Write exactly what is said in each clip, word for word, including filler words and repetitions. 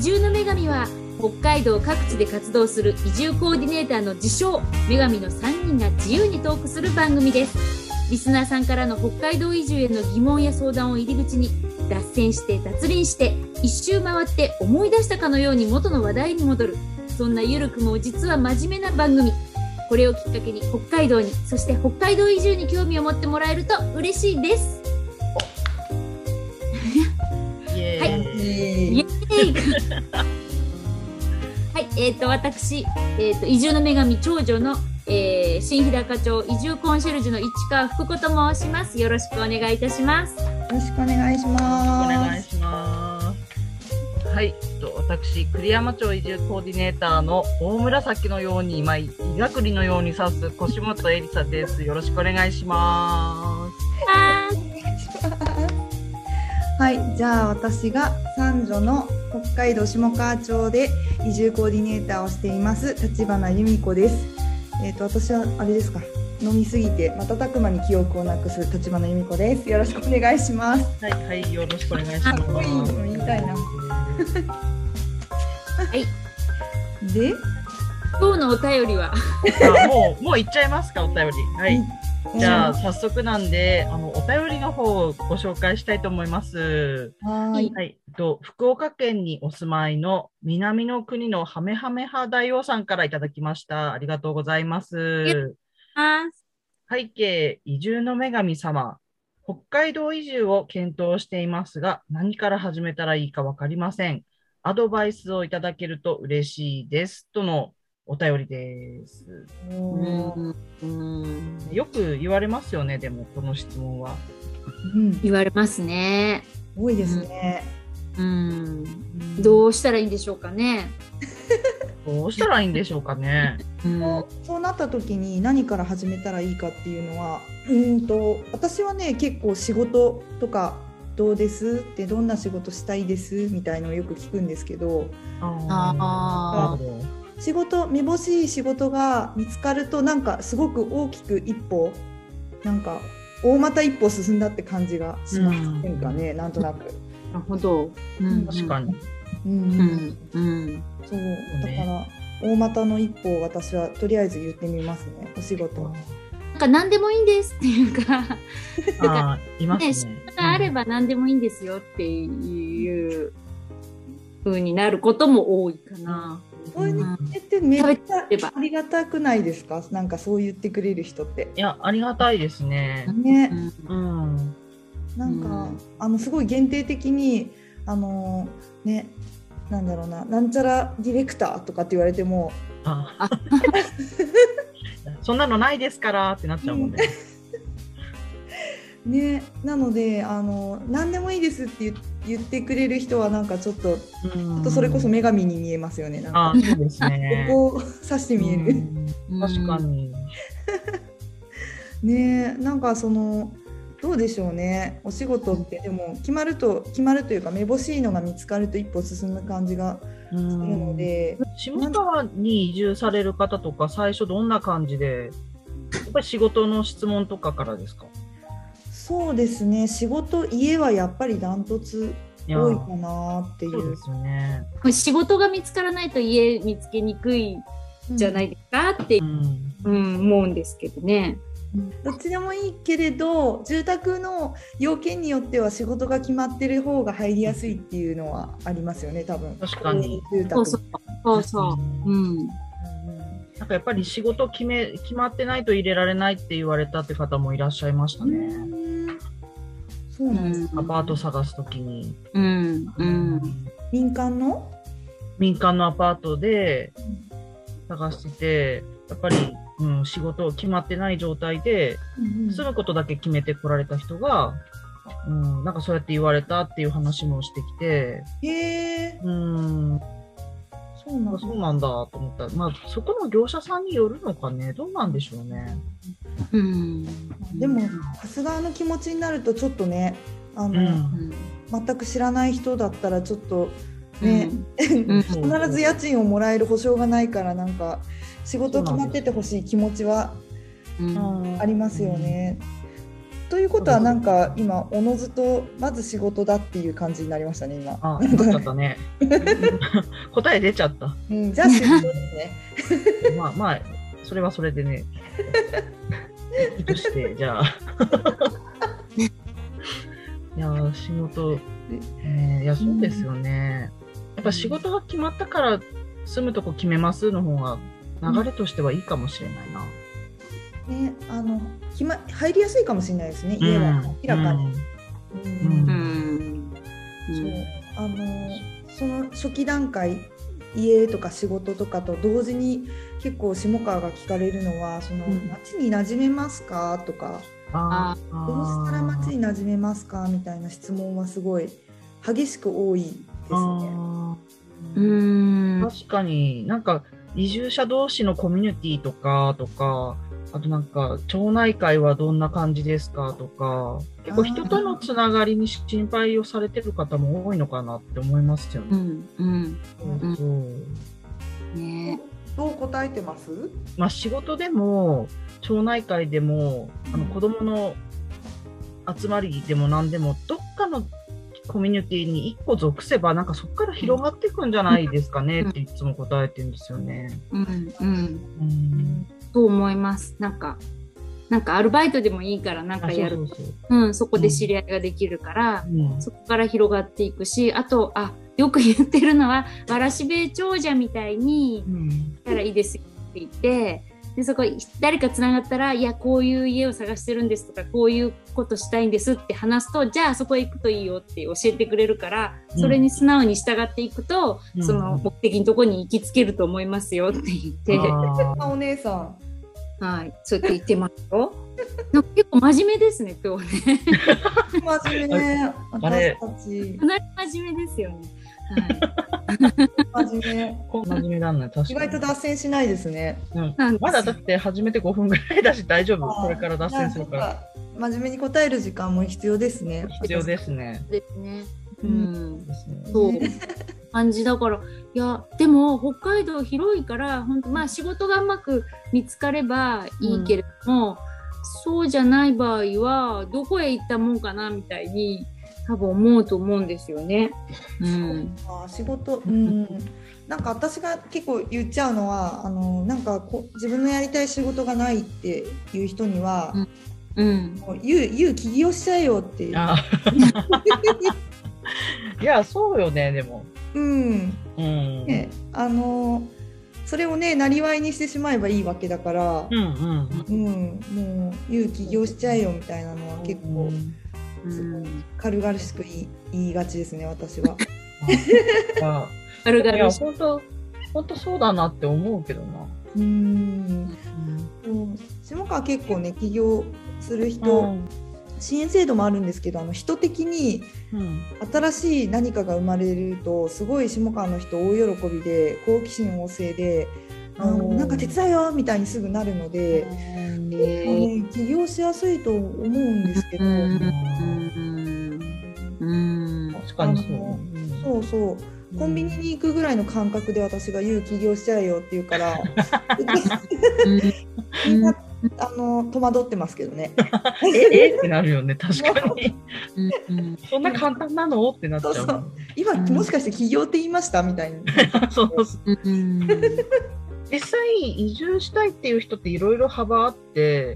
住の女神は北海道各地で活動する移住コーディネーターの自称女神のさんにんが自由にトークする番組です。リスナーさんからの北海道移住への疑問や相談を入り口に脱線して脱輪して一周回って思い出したかのように元の話題に戻る、そんなゆるくも実は真面目な番組。これをきっかけに北海道に、そして北海道移住に興味を持ってもらえると嬉しいです。 イエーイ、 はい、イエーイはい、えっ、ー、と私、えーと、移住の女神長女の、えー、新日高町移住コンシェルジュの市川福子と申します。よろしくお願いいたします。 よろしくお願いします。 お願いします。はい、と私栗山町移住コーディネーターの大紫のように舞い、イガクリのように刺す腰本エリサです。よろしくお願いします。 ははい、じゃあ私が三女の北海道下川町で移住コーディネーターをしています立花由美子です。えっ、ー、と私はあれですか、飲みすぎて瞬く間に記憶をなくす立花由美子です。よろしくお願いします。 はいはい、よろしくお願いします。 かっこいいの言いたいな。はい。 で、 今日のお便りはあ、もうもう行っちゃいますか、お便り。はい。じゃあ早速なんで、あのお便りの方をご紹介したいと思います。 はい。 はい。と福岡県にお住まいの南の国のハメハメハ大王さんからいただきました。ありがとうございます。背景、移住の女神様。北海道移住を検討していますが、何から始めたらいいかわかりません。アドバイスをいただけると嬉しいです。とのお便りです。 うんうん、 よく言われますよね、でもこの質問は。 うん、言われますね。 多いですね。 うんうん、どうしたらいいんでしょうかね。 どうしたらいいんでしょうかね。 うん、そう、そうなった時に何から始めたらいいかっていうのは、うんと私はね、結構仕事とかどうですって、どんな仕事したいですみたいのをよく聞くんですけど、 ああ、 仕事、めぼしい仕事が見つかると、なんかすごく大きく一歩、なんか大股一歩進んだって感じがしませんかね、うん、なんとなく。 なるほど、 うん、確かに。 うんうんうん、そうだから大股の一歩を私はとりあえず言ってみますね。お仕事なんか何でもいいんですっていうかあ、いますね。 仕事があれば何でもいいんですよっていう風になることも多いかな。 そう言ってめっちゃありがたくないですか？なんかそう言ってくれる人って。 いや、ありがたいですね。 ね、 うん、 なんか、うん、あのすごい限定的にあのね、なんだろうな、なんちゃらディレクターとかって言われても、 ああそんなのないですからってなっちゃうもんね。 ね、なのであの何でもいいですって言ってくれる人はなんかちょっと、ちょっとそれこそ女神に見えますよね。なんかあ、そうですね。 ここを指して見える。 確かに。 ね、なんかそのどうでしょうね。お仕事ってでも決まると決まるというか、めぼしいのが見つかると一歩進む感じがするので。 下川に移住される方とか、最初どんな感じで、やっぱり仕事の質問とかからですか？ そうですね、仕事、家はやっぱりダントツ多いかなっていう。 そうですよね。 仕事が見つからないと家見つけにくいじゃないですか、うん、って、うんうん、思うんですけどね。 どっちでもいいけれど、住宅の要件によっては仕事が決まってる方が入りやすいっていうのはありますよね、多分。 確かに。 住宅。そうそうそう。うん。 なんかやっぱり仕事決め決まってないと入れられないって言われたって方もいらっしゃいましたね。 そうなんです、 アパート探すときに、 うんうん、 民間の民間のアパートで探してて、やっぱり、うん、仕事を決まってない状態で、うんうん、住むことだけ決めてこられた人が、うん、なんかそうやって言われたっていう話もしてきて、 へー、 うん、そうなんだ、そうなんだと思った。まあそこの業者さんによるのかね、どうなんでしょうね。 うん、でもさすがの気持ちになるとちょっとね、あの、うん、全く知らない人だったらちょっとね、うん、必ず家賃をもらえる保証がないから、なんか仕事決まっててほしい気持ちはありますよね。 ということはなんか今おのずとまず仕事だっていう感じになりましたね今。 あ、なっちゃったね。答え出ちゃった。 うん、じゃあ仕事ですね。まあまあそれはそれでね。いいとしてじゃあ。いや仕事、ね、いやそうですよね。やっぱ仕事が決まったから住むとこ決めますの方が流れとしてはいいかもしれないな。 ね、あの決ま入りやすいかもしれないですね、家は明らかに。あのその初期段階、家とか仕事とかと同時に結構下川が聞かれるのは、その町に馴染めますかとか、あどうしたら町に馴染めますかみたいな質問はすごい激しく多いですね。 うーん、確かになんか移住者同士のコミュニティとかとか、あとなんか町内会はどんな感じですかとか、結構人とのつながりに心配をされてる方も多いのかなって思いますよね。うんうんうん、そうね。どう答えてます？ まあ仕事でも町内会でもあの子供の集まりでも何でもどっかのコミュニティに一個属せばなんかそこから広がっていくんじゃないですかねっていつも答えてるんですよね。うんうんうん。 と思います。なんか、なんかアルバイトでもいいからなんかやる。そうそうそう。うん、そこで知り合いができるから、うん、そこから広がっていくし、あと、あ、よく言ってるのは、わらしべ長者みたいに、したらいいですよって言って、で、そこ、誰か繋がったら、いや、こういう家を探してるんですとか、こういうことしたいんですって話すと、じゃあそこへ行くといいよって教えてくれるから、それに素直に従っていくと、うん、その目的のところに行きつけると思いますよって言って。 あ、お姉さん。 はい、そうやって言ってますよ。なんか結構真面目ですね、今日ね。 真面目。私たち。 かなり真面目ですよね。 はい。真面目。 真面目だね、確かに。 意外と脱線しないですね。 うん、まだだって始めてごふんぐらいだし大丈夫。これから脱線するから。 真面目に答える時間も必要ですね。 必要ですね。 ですね。うん。そう。感じだから、いやでも北海道広いから本当まあ仕事がうまく見つかればいいけれども、うん、そうじゃない場合はどこへ行ったもんかなみたいに多分思うと思うんですよね。 うん、あ仕事、うん、なんか私が結構言っちゃうのはあのなんかこ自分のやりたい仕事がないっていう人には、うんうん、もう言う言う起業しちゃえよっていう。あいやそうよねでも。 うんうんね、あのそれをねなりわいにしてしまえばいいわけだから、うんうんうん、もう勇気起業しちゃえよみたいなのは結構、うん、軽々しく言い、言いがちですね私は。 軽々しく。 本当本当そうだなって思うけどな。うん、 うん、下川結構ね起業する人、うん支援制度もあるんですけどあの人的に新しい何かが生まれるとすごい下川の人大喜びで好奇心旺盛であのなんか手伝うよみたいにすぐなるので結構ね起業しやすいと思うんですけど確かにそうそうコンビニに行くぐらいの感覚で私が言う起業しちゃえよって言うからみんなあの戸惑ってますけどね。 ええってなるよね確かに。そんな簡単なのってなっちゃう。そうそう今、うん、もしかして起業って言いましたみたいに。 そうそう。実際移住したいっていう人っていろいろ幅あって、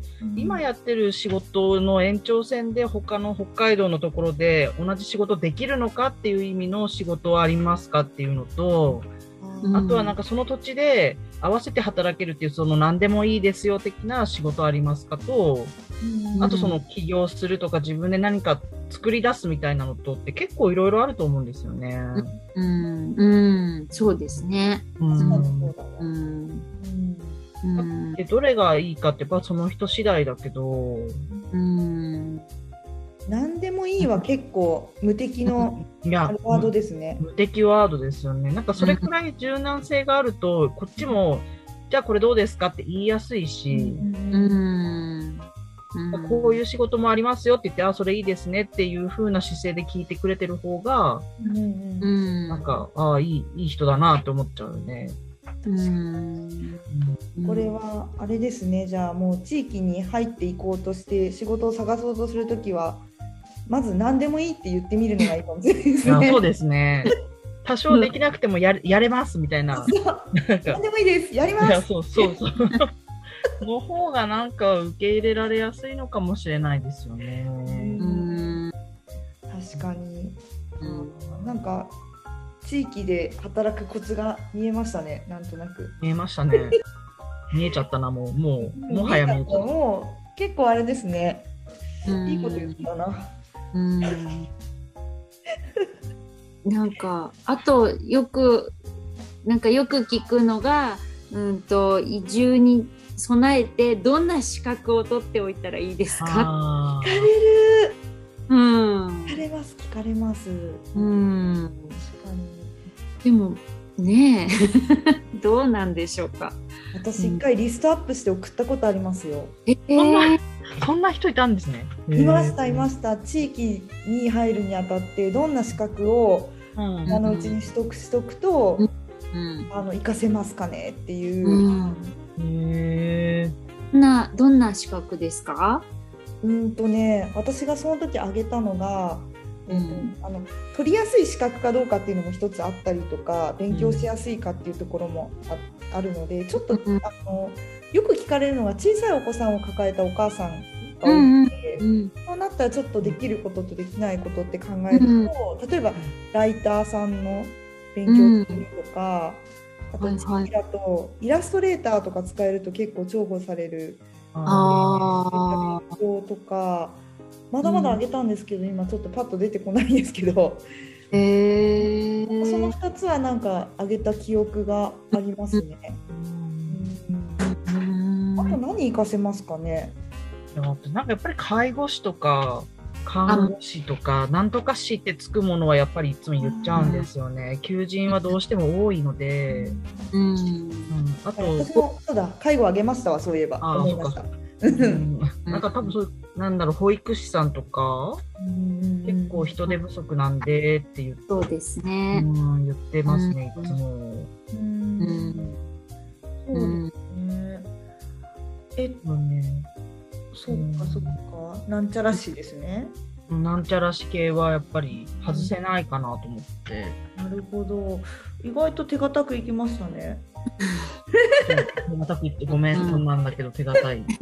うん、今やってる仕事の延長線で他の北海道のところで同じ仕事できるのかっていう意味の仕事はありますかっていうのと、うん、あとはなんかその土地で合わせて働けるっていうその何でもいいですよ的な仕事ありますかと、うん、あとその起業するとか自分で何か作り出すみたいなのとって結構いろいろあると思うんですよね。 うん、うん、そうですね。うんうん、でどれがいいかってやっぱその人次第だけど、うん、 何でもいいは結構無敵のワードですね。 無敵ワードですよね。なんかそれくらい柔軟性があるとこっちもじゃあこれどうですかって言いやすいし、うんうん、こういう仕事もありますよって言ってあそれいいですねっていう風な姿勢で聞いてくれてる方が、うん、なんかあいいいい人だなって思っちゃうよね。 うん、これはあれですね。じゃあもう地域に入っていこうとして仕事を探そうとするときはまず何でもいいって言ってみるのがいいかもしれないですね。 そうですね。多少できなくてもややれますみたいな。 何でもいいです。やります。いやそうそうそう。の方がなんか受け入れられやすいのかもしれないですよね。 うん、確かに、うん、なんか地域で働くコツが見えましたね。なんとなく見えましたね。見えちゃったな。もうもうもはや見えちゃった。 もう結構あれですね。いいこと言ったな。うんなんかあとよくなんかよく聞くのが、うんと移住に備えてどんな資格を取っておいたらいいですか？ 聞かれる。うん。聞かれます聞かれます。うん。確かに。 でもねえどうなんでしょうか。 私一回リストアップして送ったことありますよ。 えー、そんなそんな人いたんですね。 いましたいました。地域に入るにあたってどんな資格を今のうちに取得しとくと、うん、あの活かせますかねっていう。うんへーなどんな資格ですか？ うんとね、私がその時挙げたのが、うん、あの取りやすい資格かどうかっていうのも一つあったりとか勉強しやすいかっていうところも あ, あるのでちょっと、うん、あのよく聞かれるのが小さいお子さんを抱えたお母さんが多くて、うんうん、そうなったらちょっとできることとできないことって考えると、うん、例えばライターさんの勉強するとか、うん、あと地域だとイラストレーターとか使えると結構重宝されるあ勉強とかまだまだあげたんですけど、うん、今ちょっとパッと出てこないんですけど、えー、そのふたつはなんかあげた記憶がありますね。うん、あと何活かせますかね。 なんかやっぱり介護士とか看護師とかなんとか師ってつくものはやっぱりいつも言っちゃうんですよね。求人はどうしても多いので、うんうん、 あと私もそうだ介護あげましたわそういえば思いました。うん、 なんか多分そうなんだろう保育士さんとか、うん、結構人手不足なんでって言ってそうですね、 うん、言ってますね、うん、いつも。うん、 そうですね。えっとね。そっかそっか、なんちゃらしですね。 なんちゃらし系はやっぱり外せないかなと思って。 なるほど。意外と手堅くいきましたね。 手堅くいってごめん、そんなんだけど手堅い。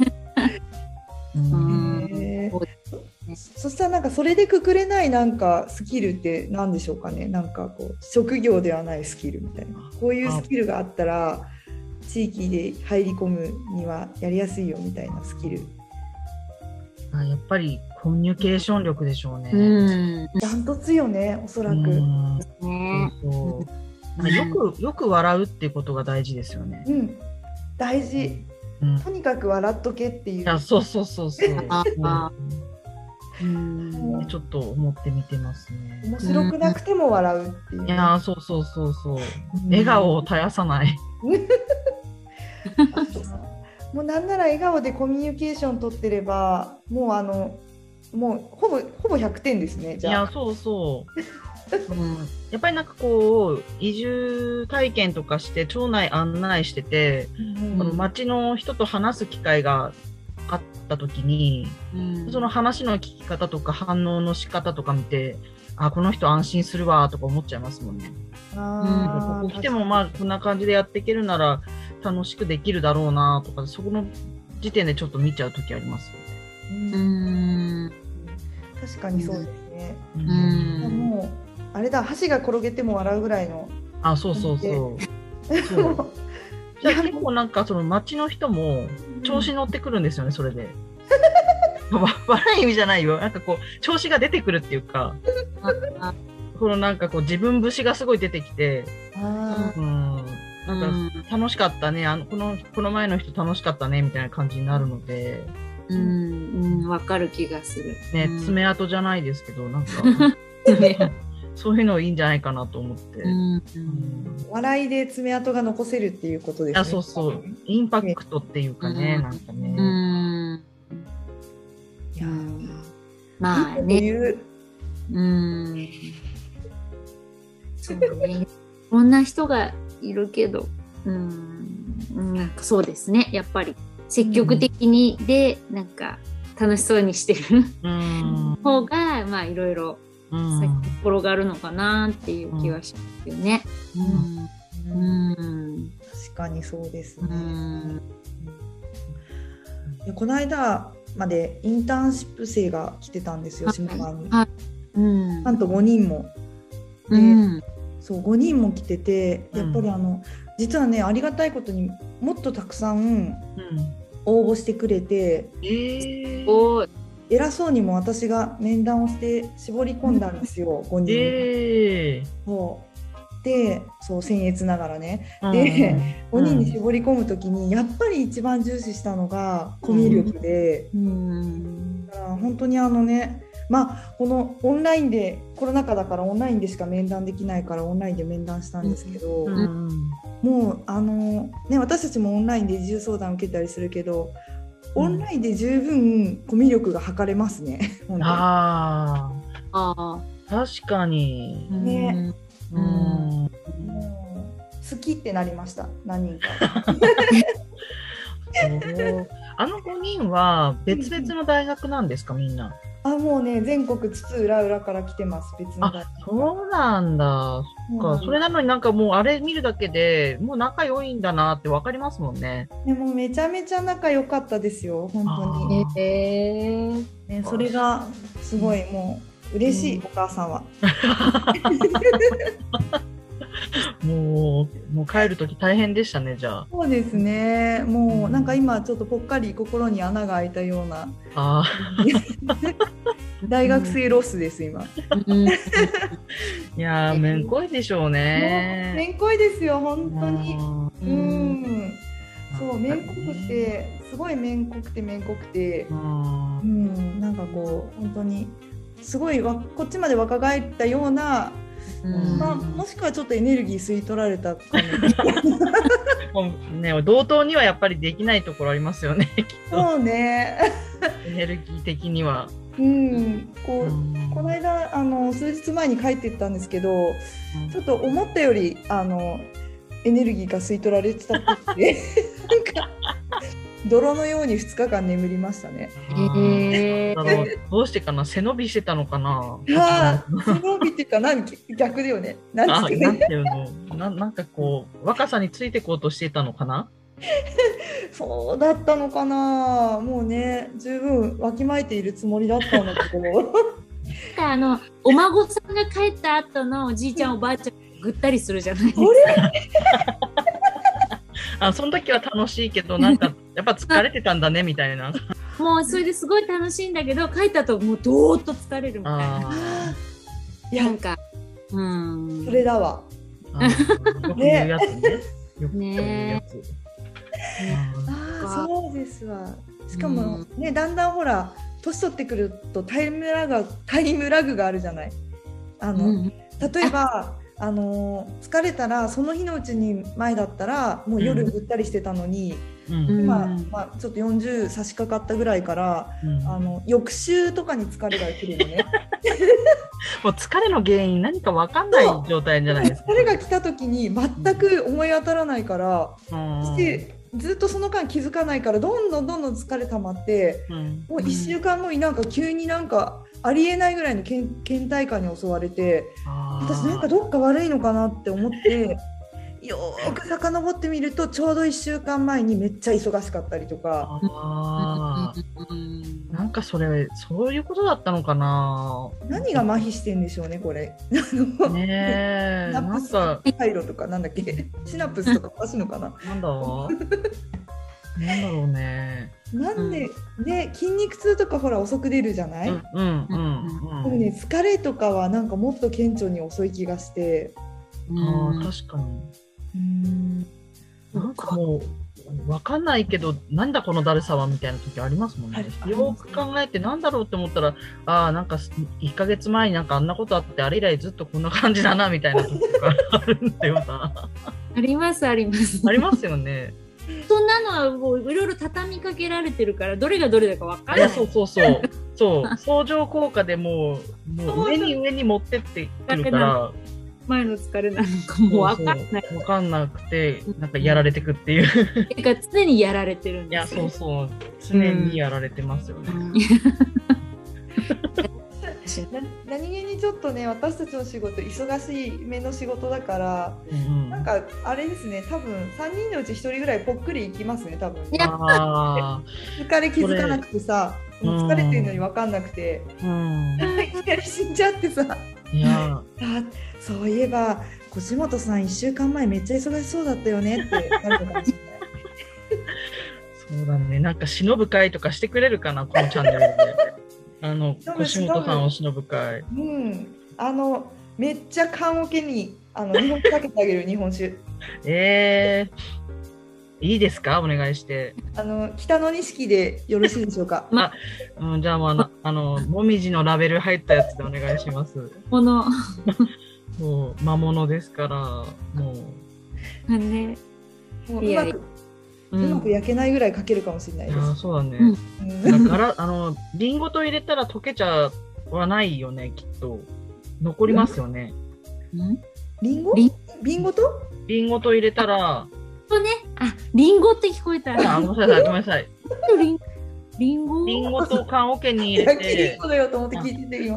うんへそしたらなんかそれでくくれないなんかスキルって何でしょうかね。なんかこう職業ではないスキルみたいな。こういうスキルがあったら地域で入り込むにはやりやすいよみたいなスキル。 やっぱりコミュニケーション力でしょうね。 ダントツよね、おそらく。うんそうそうよくよく笑うっていうことが大事ですよね。 うん、大事、うん。とにかく笑っとけっていう。 いやそうそうそうそう。うんちょっと思ってみてますね。 面白くなくても笑うっていう、ね。 いやそうそうそうそう。笑顔を絶やさない。 もうなんなら笑顔でコミュニケーション取ってればもうあのもうほぼほぼひゃくてんですね。じゃあいやそうそう、うん、やっぱりなんかこう移住体験とかして町内案内してて、うん、この町の人と話す機会があった時に、うん、その話の聞き方とか反応の仕方とか見てあこの人安心するわとか思っちゃいますもんね。あここ来てもまあこんな感じでやっていけるなら楽しくできるだろうなとかそこの時点でちょっと見ちゃう時あります、ね、うん確かにそうですね。うんもうあれだ箸が転げても笑うぐらいのあそうそうそうそうじゃあ結構なんかその街の人も調子に乗ってくるんですよねそれで悪い意味じゃないよなんかこう調子が出てくるっていうかこのなんかこう自分節がすごい出てきてあ、うん、なんか楽しかったねあのこのこの前の人楽しかったねみたいな感じになるのでうんうんわかる気がするね、うん、爪痕じゃないですけどなんかそういうのいいんじゃないかなと思って、うんうん、 笑いで爪痕が残せるっていうことですね。 あそうそうインパクトっていうかね、うん、なんかね、うん、 いやまあねうんそうねこんな人がいるけどうん、なんかそうですね。やっぱり積極的にで、うん、なんか楽しそうにしてる、うん、方が、まあいろいろ先に転がるのかなっていう気はしますよね。 うんうんうん、確かにそうですね。うんでこの間までインターンシップ生が来てたんですよ、下川に。はいうん、なんとごにんも。で、うん、そうごにんも来てて、やっぱりあの、うん、実はねありがたいことにもっとたくさん応募してくれて、うん、えー、偉そうにも私が面談をして絞り込んだんですよ、うん、ごにん、えー、そうでそう僭越ながらね、うん、でごにんに絞り込むときにやっぱり一番重視したのがコミュ力で、うん、だから本当にあのねまあこのオンラインでコロナ禍だからオンラインでしか面談できないからオンラインで面談したんですけど、うん、もうあのね私たちもオンラインで移住相談受けたりするけどオンラインで十分コミュ力が測れますね。本当にああ確かにね。 うん、うん、好きってなりました何人かあのごにんは別々の大学なんですかみんな。 あもうね全国津々浦々から来てます別の大学。 あそうなんだ、そっか、うん、それなのになんかもうあれ見るだけでもう仲良いんだなって分かりますもんね。 でもめちゃめちゃ仲良かったですよ本当に。えーね、それがすごいもう嬉しい、うん、お母さんはもう、もう帰るとき大変でしたねじゃあ。 そうですねもうなんか今ちょっとぽっかり心に穴が開いたようなあ大学生ロスです今いやーめんこいでしょうね。 めんこいですよ本当に。うんそうめんこくてすごいめんこくてめんこくてうんなんかこう本当にすごいわこっちまで若返ったような、うんまあ、もしくはちょっとエネルギー吸い取られたかもね同等にはやっぱりできないところありますよねきっと。 そうねエネルギー的には。 うんこう、うん、この間あの数日前に帰っていったんですけど、うん、ちょっと思ったよりあのエネルギーが吸い取られてたっぽくてなんか泥のようにふつかかん眠りましたね。 へーどうしてかな背伸びしてたのかな。 あ背伸びっていうか何逆だよね。 なんていうの な, なんかこう若さについていこうとしていたのかなそうだったのかなもうね十分わきまえているつもりだったんだけどあのお孫さんが帰った後のおじいちゃんおばあちゃんぐったりするじゃないですかあその時は楽しいけどなんかやっぱ疲れてたんだねみたいなもうそれですごい楽しいんだけど帰った後もうどーっと疲れるみたいな。いやなんかうんそれだわあよく言うやつねよく言うやつ、ね、 あそうですわ。しかもね、うん、だんだんほら年取ってくるとタイムラグタイムラグがあるじゃない。あの、うん、例えばあの疲れたらその日のうちに前だったらもう夜ぐったりしてたのに、うん、今、まあ、ちょっとよんじゅう差し掛かったぐらいから、うん、あの翌週とかに疲れが来るのねもう疲れの原因何か分かんない状態じゃないですか。 疲れが来た時に全く思い当たらないから、うん、そしてずっとその間気づかないからどんどんどんどん疲れ溜まって、うん、もういっしゅうかんごになんか急になんかありえないぐらいの倦怠感に襲われて私なんかどっか悪いのかなって思ってよーく遡ってみるとちょうどいっしゅうかんまえにめっちゃ忙しかったりとか。 あなんかそれそういうことだったのかな。 何が麻痺してんでしょうねこれねえシナプス回路とかなんだっけシナプスとかおかしいのかななんだなんだろうね。 なんで、うん、ね筋肉痛とかほら遅く出るじゃない。うんうんうんうん、でもね疲れとかはなんかもっと顕著に遅い気がして。 ああ確かに。うんなんかもう分かんないけどなんだこのだるさはみたいな時ありますもんね。よく考えてなんだろうって思ったらああなんかいっかげつまえになんかあんなことあってあれ以来ずっとこんな感じだなみたいな時とかあるんだよなありますありますありますよね。 そんなのはもういろいろ畳みかけられてるからどれがどれだか分からない。 そうそうそうそう相乗効果でもうもう上に上に持ってってくるから前の疲れなのかもわかんない。 わかんなくて、なんかやられてくっていう。 てか常にやられてるんいや、 ですよ。 そうそう。常にやられてますよね。 うんな何気にちょっとね、私たちの仕事忙しいめの仕事だから、 うん、 なんかあれですね、多分さんにんのうちひとりぐらいぽっくりいきますね、多分。 いやあ疲れ気づかなくてさ、もう疲れてるのに分かんなくて、 うん、 いきなり死んじゃってさ。 いやあ、そういえば腰本さんいっしゅうかんまえめっちゃ忙しそうだったよねってなるのかもしれない。 そうだね、なんか忍ぶ会とかしてくれるかな、このチャンネルで。あの腰本さんを忍ぶ会。 うん、あのめっちゃ棺桶にあの日本酒かけてあげる日本酒。 えー、いいですか、お願いして。 あの北の錦でよろしいでしょうか。 ま、うん、じゃあもうあのあのもみじのラベル入ったやつでお願いします。 このもう魔物ですから、もうね、 もううまくう、 うまく焼けないぐらいかけるかもしれないです。 あ、そうだね。 うん、 だからあのリンゴと入れたら溶けちゃわないよね、きっと残りますよね。 うん、 リンゴ？ リンリンゴと？ リンゴと入れたら、 とね、あ、リンゴって聞こえた。 あ、ごめんなさい、ごめんなさい。 リンリンゴ？ リンゴと棺桶に入れ焼きリてン。ゴだよと思って聞いてて今。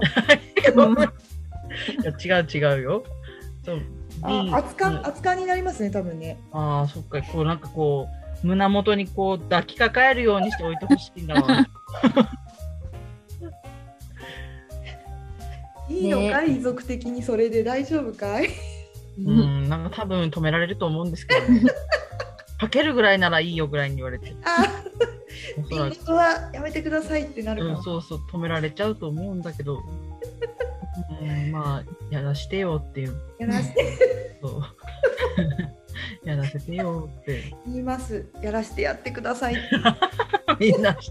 いや違う違うよ。そう、リンあ、熱燗うん熱燗になりますね多分ね。 ああ、そっか、こうなんかこう胸元にこう抱きかかえるようにしておいてほしいんだわ。 いいのかい、ね、遺族的にそれで大丈夫かい？ うん、なんか多分止められると思うんですけど、ね、かけるぐらいならいいよぐらいに言われて。 あ、リンゴはやめてくださいってなるかも、 うん、そうそう、止められちゃうと思うんだけど、うん、まあやらしてよっていう。 やらしてそうやらせてよって言います。やらしてやってください。 みんなして。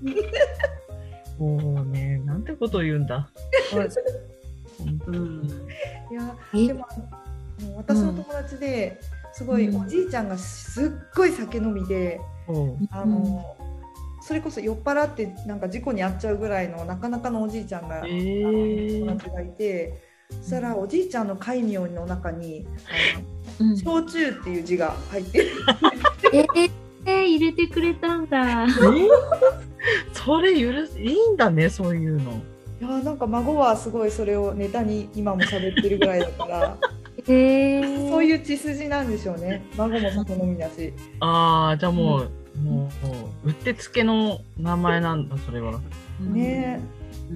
もうね、なんてことを言うんだ。 うん、 いやでももう私の友達で、すごいおじいちゃんがすっごい酒飲みで、うん、あのそれこそ酔っ払ってなんか事故に遭っちゃうぐらいのなかなかのおじいちゃんが、えー、友達がいて、そしたらおじいちゃんの戒名の中にあの、うん、焼酎っていう字が入ってる。 えーえー、入れてくれたんだ。えー、それ許すいいんだね、そういうの。 いやなんか孫はすごいそれをネタに今も喋ってるぐらいだから、 えー、 そういう血筋なんでしょうね。孫も酒飲みだし。 ああ、じゃあもう、うん、もううってつけの名前なんだ、それは。 ねえ、うん、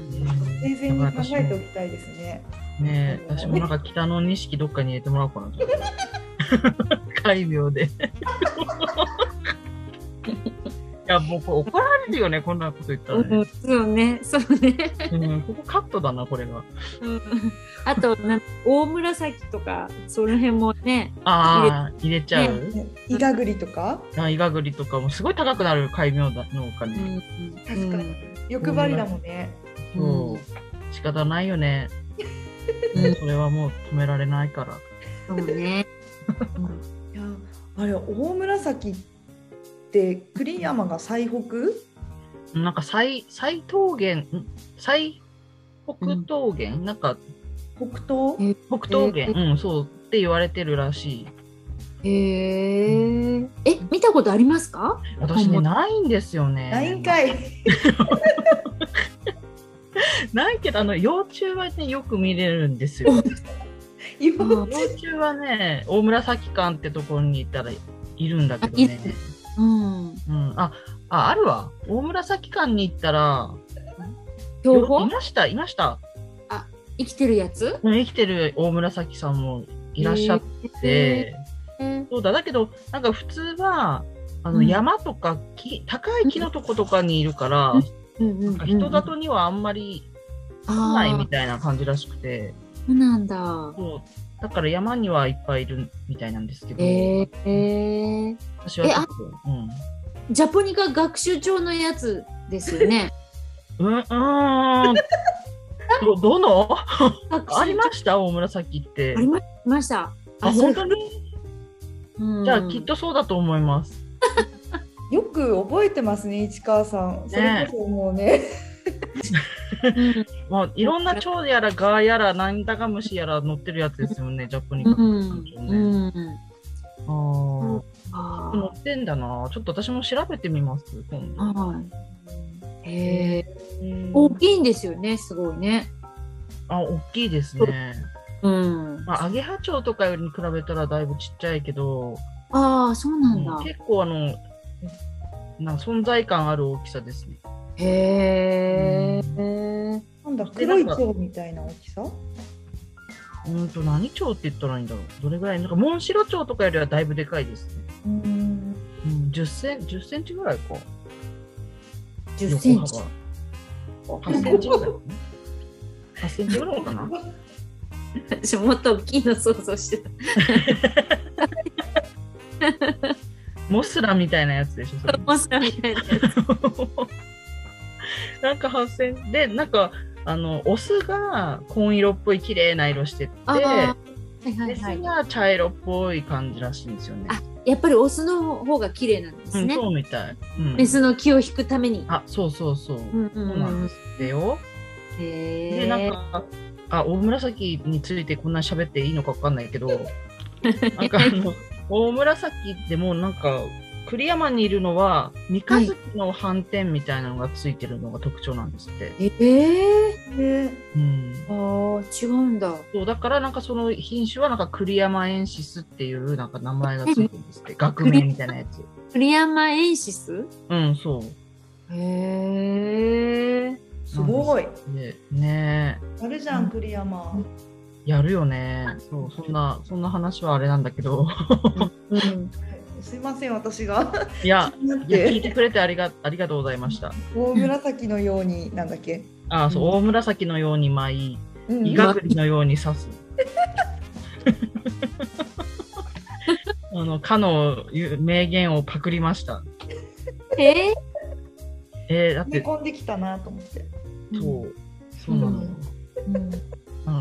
生前に考えておきたいですね。 ねえ、私もなんか北の錦どっかに入れてもらおうかな。戒名で。いや、もう怒られるよね、こんなこと言ったらね。 うん、そうね、そうね。 うん、ここカットだな、これが。 うん、あとな、大紫とか、その辺もね。 ああ、入れちゃう。 ね、イガグリとか。 あ、イガグリとかもすごい高くなる戒名だのかね。 うん、確かに。欲張りだもんね。 そう、仕方ないよね。うん、それはもう止められないから。 そうね。 いや、あれ、大紫って栗山が最北？ なんか最最東原、最北東原、うん、なんか北東？ 北東原、えー、うん、そうって言われてるらしい。へえー、え、見たことありますか？ 私ね、ないんですよね。 ないんかい。 ないけど、あの幼虫はね、よく見れるんですよ。幼虫はね、大紫館ってところに行ったらいるんだけどね。 うんうん、ああ、あるわ。大紫館に行ったら、 標本？ いました、いました。 あ、生きてるやつ？ うん、生きてる大紫さんもいらっしゃって、えー、そうだ、だけど、なんか普通は、あの、うん、山とか木、高い木のとことかにいるから、うん、なんか人里にはあんまり来ないみたいな感じらしくて。 そうなんだ。 そう。だから山にはいっぱいいるみたいなんですけど。 えー、 私はちょっと、うん。 ジャポニカ学習帳のやつですよね。 うん、うん。ど、どのありました大紫って。 ありました。 あ、本当に、うん、じゃあきっとそうだと思います。 よく覚えてますね、市川さん。それこそもうね。 まあ、いろんな蝶やらガーやらなんだか虫やら乗ってるやつですよね、ジャポニカクチョウね。うんうん、ああ、乗ってんだな。ちょっと私も調べてみます、今度。 へえ、大きいんですよね、すごいね。 あ、大きいですね。 うん。 まあ、アゲハチョウとかよりに比べたらだいぶちっちゃいけど。 ああ、そうなんだ。 うん、結構あの、なんか存在感ある大きさですね。 へえ、うん。 なんだ、黒い蝶みたいな大きさ？ うんと、何蝶って言ったらいいんだろう。どれぐらい、なんかモンシロチョウとかよりはだいぶでかいですね。うん。うん、じゅっセンチ、じゅっセンチぐらいか。 じゅっセンチ。 はちセンチぐらい。はちセンチぐらいかな。 私もっと大きいの想像してた。 モスラみたいなやつでしょ、それ。 モスラみたいなやつ。 なんかはっセンチで、なんかあのオスが紺色っぽい綺麗な色してて、はいはいはい、メスが茶色っぽい感じらしいんですよね。 あ、やっぱりオスの方が綺麗なんですね。 うん、そうみたい。 うん、メスの気を引くために。 あ、そうそうそう。うんうんうん、そうなんですってよ。 へえ。 で、なんか、あ、大紫についてこんな喋っていいのかわかんないけど、なんかあの、大紫でもなんか、栗山にいるのは三日月の斑点みたいなのがついてるのが特徴なんですって。 ええー、うん、ああ、違うんだ。 そうだからなんかその品種はなんか栗山エンシスっていうなんか名前がついてるんですって。学名みたいなやつ。 栗山エンシス？ うん、そう。 へえ、 すごい。 ね、ねやるじゃん、栗山。 やるよね。そう、そんな、そんな話はあれなんだけど。 うん、すいません、私が。 いや、いや聞いてくれてありが、ありがとうございました。 大紫のように、なんだっけ。 ああ、そう、うん、大紫のように舞い、うん、イガグリのように刺す。あの、かの名言をパクりました。 えー、 えー、だって。 寝込んできたなと思って。 そう、そうなの。うんうん、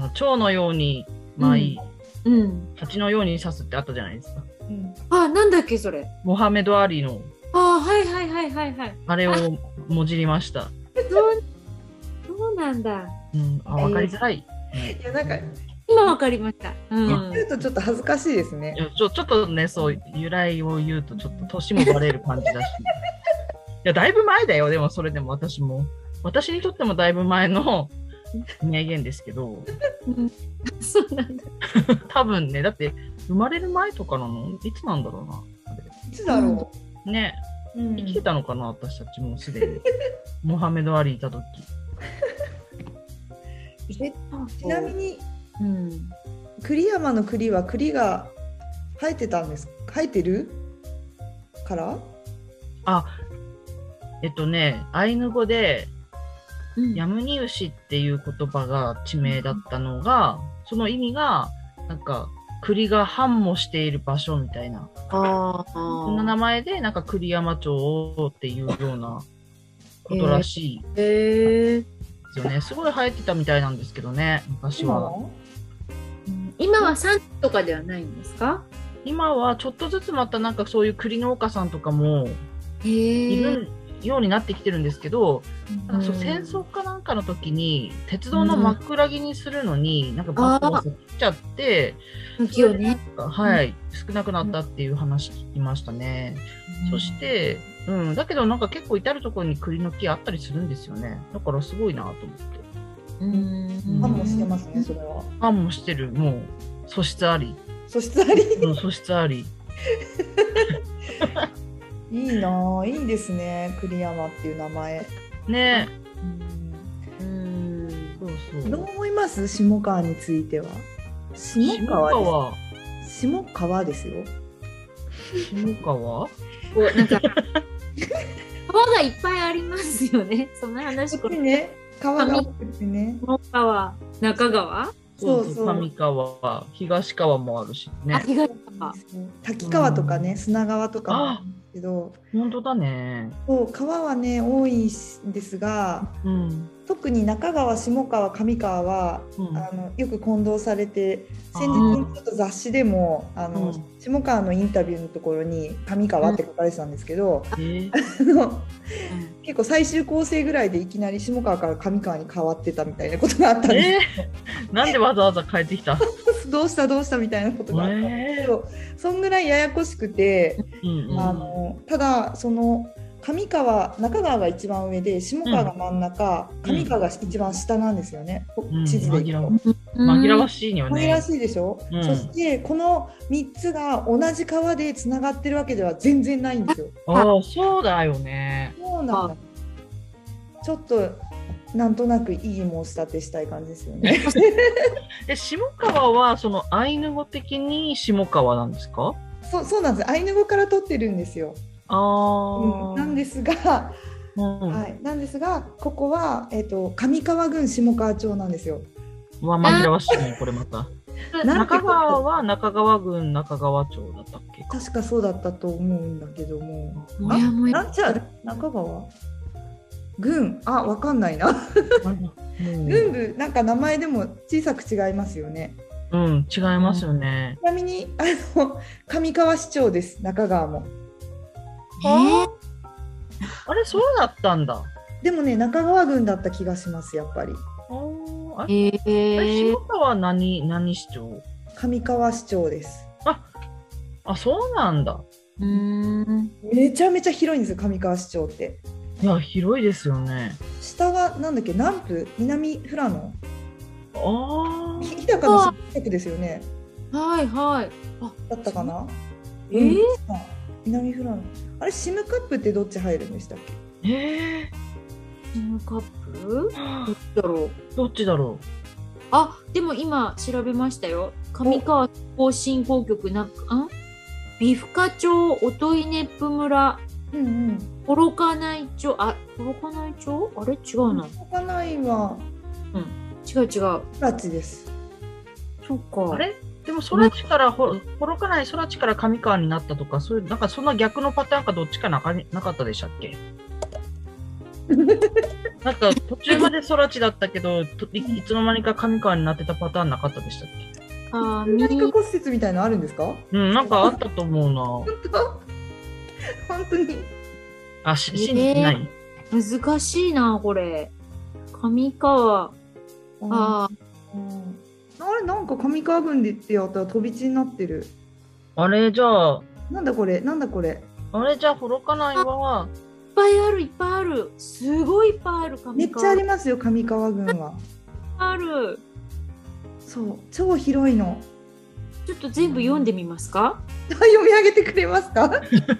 蝶のように舞い、 うんうん、 蜂のように刺すってあったじゃないですか。 うん、あ、なんだっけそれ。 モハメド・アリの。 あ、はいはいはいはいはい。 あれをもじりました。 そうそうなんだ。 うん、あ、わかりづらい。 いや、なんか今わかりました。 うん、言うとちょっと恥ずかしいですね。 ちょ、ちょっとね、そう由来を言うとちょっと年もバレる感じだし。いや、だいぶ前だよ。でもそれでも私も私にとってもだいぶ前の名言ですけど。 うん、そうなんだ。 多分ね、だって生まれる前とかなのいつなんだろうな。 いつだろう。ね、うん、生きてたのかな私たちもすでに。モハメド・アリいた時。 え、ちなみに、うん、栗山の栗は栗が生えてたんです生えてるからあ、えっとね、アイヌ語で、うん、ヤムニウシっていう言葉が地名だったのが、うん、その意味がなんか栗が繁茂している場所みたいな、あ、そんな名前でなんか栗山町っていうようなことらしいですよね。すごい生えてたみたいなんですけどね、昔は。 今は産地とかではないんですか？ 今はちょっとずつまたなんかそういう栗農家さんとかもいるようになってきてるんですけど、なんかそう戦争かなんかの時に鉄道の枕木にするのに、うん、なんかバスを切っちゃって木をね、 はい、うん、少なくなったっていう話聞きましたね。うん、そして、うん、だけどなんか結構至るところに栗の木あったりするんですよね。だからすごいなと思って。 うん、ファンもしてますね、それは。 ファンもしてる、もう素質あり。 素質あり。 うん、素質あり。 いいな、いいですね、栗山っていう名前。 ね。 うん、そうそう。どう思います、下川については。下川です。下川ですよ。 下川？ なんか川がいっぱいありますよね。そんな話これね。川が多くてね。 下川、中川、 そうそう、上川、東川もあるしね。 あ、東川。 滝川とかね、砂川とか。 あ、 けど、 本当だね。 そう川はね多いんですが、うん、特に中川、下川、上川は、うん、あのよく混同されて、先日ちょっと雑誌でもあの、うん、下川のインタビューのところに上川って書かれてたんですけど、うん、あの結構最終構成ぐらいでいきなり下川から上川に変わってたみたいなことがあったんです、 えー、なんでわざわざ変えてきたどうしたどうしたみたいなことがあったんですけど、えー、そんぐらいややこしくて、うんうん、あのただその上川、中川が一番上で下川が真ん中、うん、上川が一番下なんですよね、うん、地図で言うと、 うん、紛らわしいよね。 紛らわしいでしょ、うん、そしてこのみっつが同じ川でつながってるわけでは全然ないんですよ。 ああ、そうだよね。 そうなんだ。ちょっとなんとなくいい申し立てしたい感じですよね。 で、下川はそのアイヌ語的に下川なんですか？ そう、そうなんです。アイヌ語から取ってるんですよ。あ、うん、なんですが、うん、はい、なんですがここは、えーと、上川郡下川町なんですよ。 わ、紛らわしいねこれまた。中川は中川郡中川町だったっけ？ 確かそうだったと思うんだけども。もやもや。あ、じゃあ中川郡、あ、わかんないな。郡部なんか名前でも小さく違いますよね。 うん、違いますよね。 ちなみにあの上川市長です、中川も。 えー、あれ、そうだったんだ。 でもね、中川郡だった気がします、やっぱり。 あれ、えー、下川は何、何市長？ 上川市長です。 あ、あ、そうなんだ。 うーん、めちゃめちゃ広いんですよ、上川市長って。 いや、広いですよね。 下がなんだっけ、南部、南富良野。 ああ。 日高の近くですよね。 はいはい。 あ、だったかな。えー、うん、南富良野。あれ、シムカップってどっち入るんでしたっけ？ えー、シムカップ？どっちだろう。 どっちだろう。 あ、でも今調べましたよ。上川振興振興局なんか、ん？美深町、音威熱風村、うんうん、幌加内町、あ、幌加内町？あれ違うな。 幌加内は、 うん、違う違う。 空知です。 そっか。あれ？でも空知からほ幌加内、空知から上川になったとか、そういうなんかそんな逆のパターンかどっちかなかなかったでしたっけ？なんか途中まで空知だったけど、い, いつの間にか上川になってたパターンなかったでしたっけ？ あ、何か骨折みたいなのあるんですか？ うん、なんかあったと思うな。 本当？本当に？ あ、し信じてない、 えー、難しいなこれ。上川。ああ。 あれ、なんか上川郡でってやったら飛び地になってる。 あれ、じゃあ。 なんだこれ、なんだこれ。 あれ、じゃあ幌加内は。 いっぱいある、いっぱいある。すごいいっぱいある。上川。 めっちゃありますよ、上川郡は。 ある。 そう、超広いの。 ちょっと全部読んでみますか？ 読み上げてくれますか？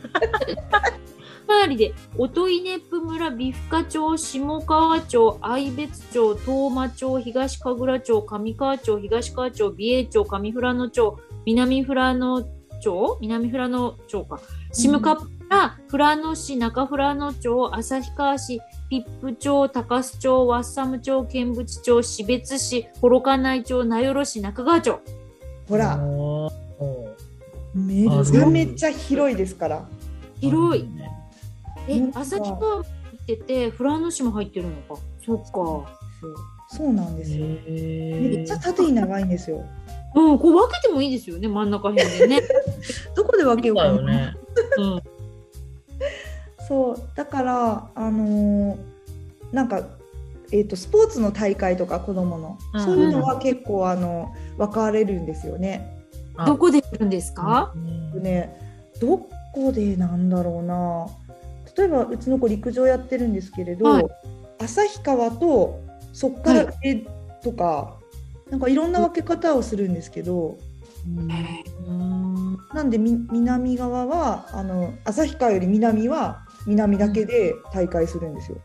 周りで音威熱風村、美深町、下川町、愛別町、東間町、東神楽町、上川町、東川町、美瑛町、上富良野町、南富良野町、南富良野町か、下川村、富良野市、中富良野町、旭川市、ピップ町、高須町、ワッサム町、剣淵町、標別市、幌加内町、名寄市、中川町。 ほら、めちゃめちゃ広いですから。 広い。え、旭川も入ってて、富良野市も入ってるのか。そっか。 そうなんですよ。めっちゃ縦に長いんですよ。 うん、こう分けてもいいですよね、真ん中辺でね。 どこで分けようかな。 ね、うん、 そう、だからあのー、なんかえっとスポーツの大会とか子供の、うん、そういうのは結構あの分かれるんですよね。 どこでやるんですか？ うん、ね、どこでなんだろうな。例えばうちの子陸上やってるんですけれど、はい、旭川とそっから上とか、はい、なんかいろんな分け方をするんですけど、うん、なんでみ南側はあの旭川より南は南だけで大会するんですよ。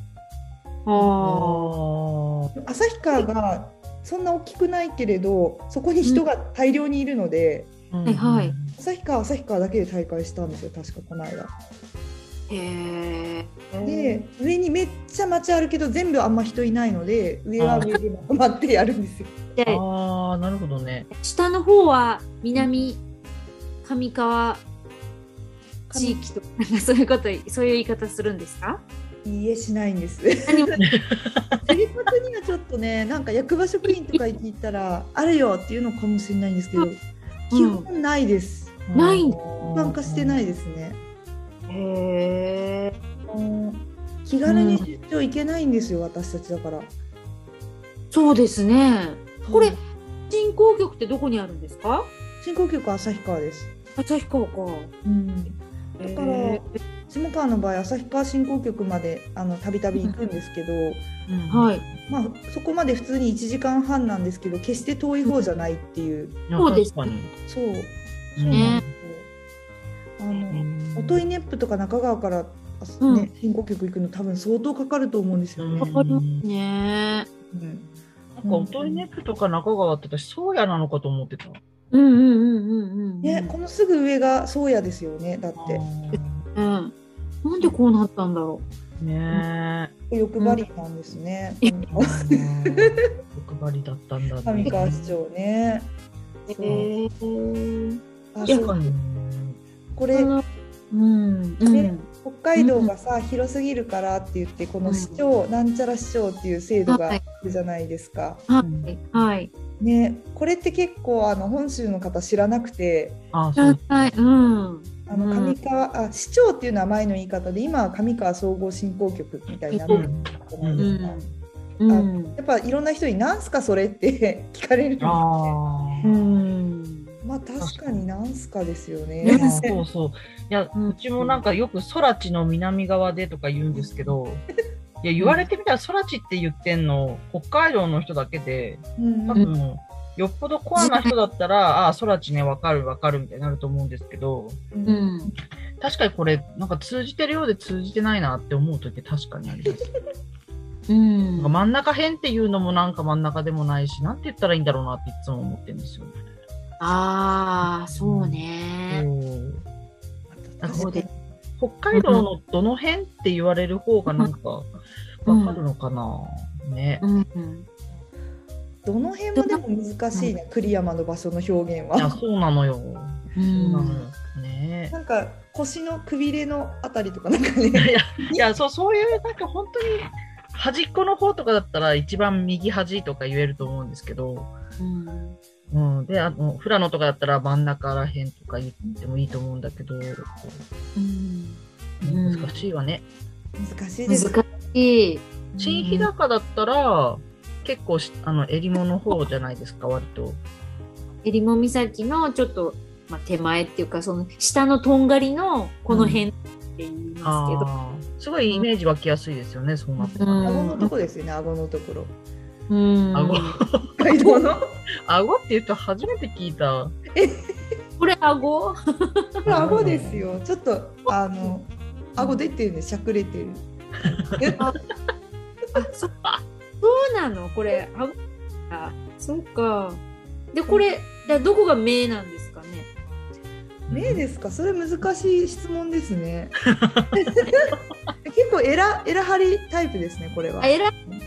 あ、旭川がそんな大きくないけれどそこに人が大量にいるので、 うん、はい、 旭川旭川だけで大会したんですよ、確かこの間。 へー。 で上にめっちゃ街あるけど全部あんま人いないので上は上でまとまってやるんですよ。 ああ、なるほどね。 下の方は南上川地域とかそういうことそういう言い方するんですか？ いいえ、しないんです。正確にはちょっとね、なんか役場職員とか聞いたらあるよっていうのかもしれないんですけど、うん、基本ないです。 ない。一般化してないですね。 へー。気軽に出張行けないんですよ、うん、私たちだから。 そうですね。これ振興局ってどこにあるんですか？ 振興局は旭川です。 旭川か。 うん。だから下川の場合、旭川振興局まであのたびたび行くんですけど、うんはい。 まあそこまで普通にいちじかんはんなんですけど、決して遠い方じゃないっていう。 そうですね。 そう。そうなんですよ。あの音威ネップとか中川からね、うん、振興局行くの多分相当かかると思うんですよね。 かかりますね。 うん。 なんか音威ネップとか中川って私宗谷なのかと思ってた。 うんうんうんうんうん。 ね、このすぐ上が宗谷ですよね。だって。 うん。なんでこうなったんだろう。ねえ。欲張りなんですね。 欲張りだったんだね。 上川市長ね。 へえ。 あ、そう。これ、うん、北海道がさ、広すぎるからって言ってこの市長、なんちゃら市長っていう制度があるじゃないですか。 はいはい。 ね、これって結構あの本州の方知らなくて、 あ、そうはい、うん。 あの上川、あ、市長っていうのは前の言い方で、今は上川総合振興局みたいになってるじゃないですか。うん、あ、やっぱいろんな人になんすかそれって聞かれるんですね。 うん。 まあ確かになんすかですよね。 そうそう。いや、うちもなんかよく空知の南側でとか言うんですけど、いや言われてみたら空知って言ってんの北海道の人だけで、多分よっぽどコアな人だったら、ああ空知ね、わかるわかるみたいになると思うんですけど、 うん、 確かにこれなんか通じてるようで通じてないなって思う時確かにあります。 うん、 なんか真ん中辺っていうのもなんか真ん中でもないし、なんて言ったらいいんだろうなっていつも思ってるんですよね。 ああ、そうね。 そうで北海道のどの辺って言われる方がなんかわかるのかな、うん、ね、 うんうん。 どの辺もでも難しいね、栗山の場所の表現は。 いや、そうなのよ。 うん、 そうなのよね。 なんか腰のくびれのあたりとかなんかね。 いや、いや、そう、そういうなんか本当に端っこの方とかだったら一番右端とか言えると思うんですけど。 うんうん、で、あの、富良野とかだったら真ん中らへんとか言ってもいいと思うんだけど、 うんうん、難しいわね。 難しいです。 難しい。 新日高だったら、結構あの、襟裳の方じゃないですか、割と。 襟裳岬のちょっと、まあ、手前っていうか、その下のとんがりのこの辺って言いますけど。 うん、すごいイメージ湧きやすいですよね、そうなって。 顎のとこですよね、顎のところ。 うん。 顎。 北海道の顎って言うと初めて聞いた。 え、これ顎？ これ顎ですよ。ちょっとあの顎出てるね、しゃくれてる。 あ、そっか。そうなの？これ顎。あ、そうか。でこれどこが目なんですかね？ 目ですか？それ難しい質問ですね。結構エラエラ張りタイプですね、これは。 あ、エラ。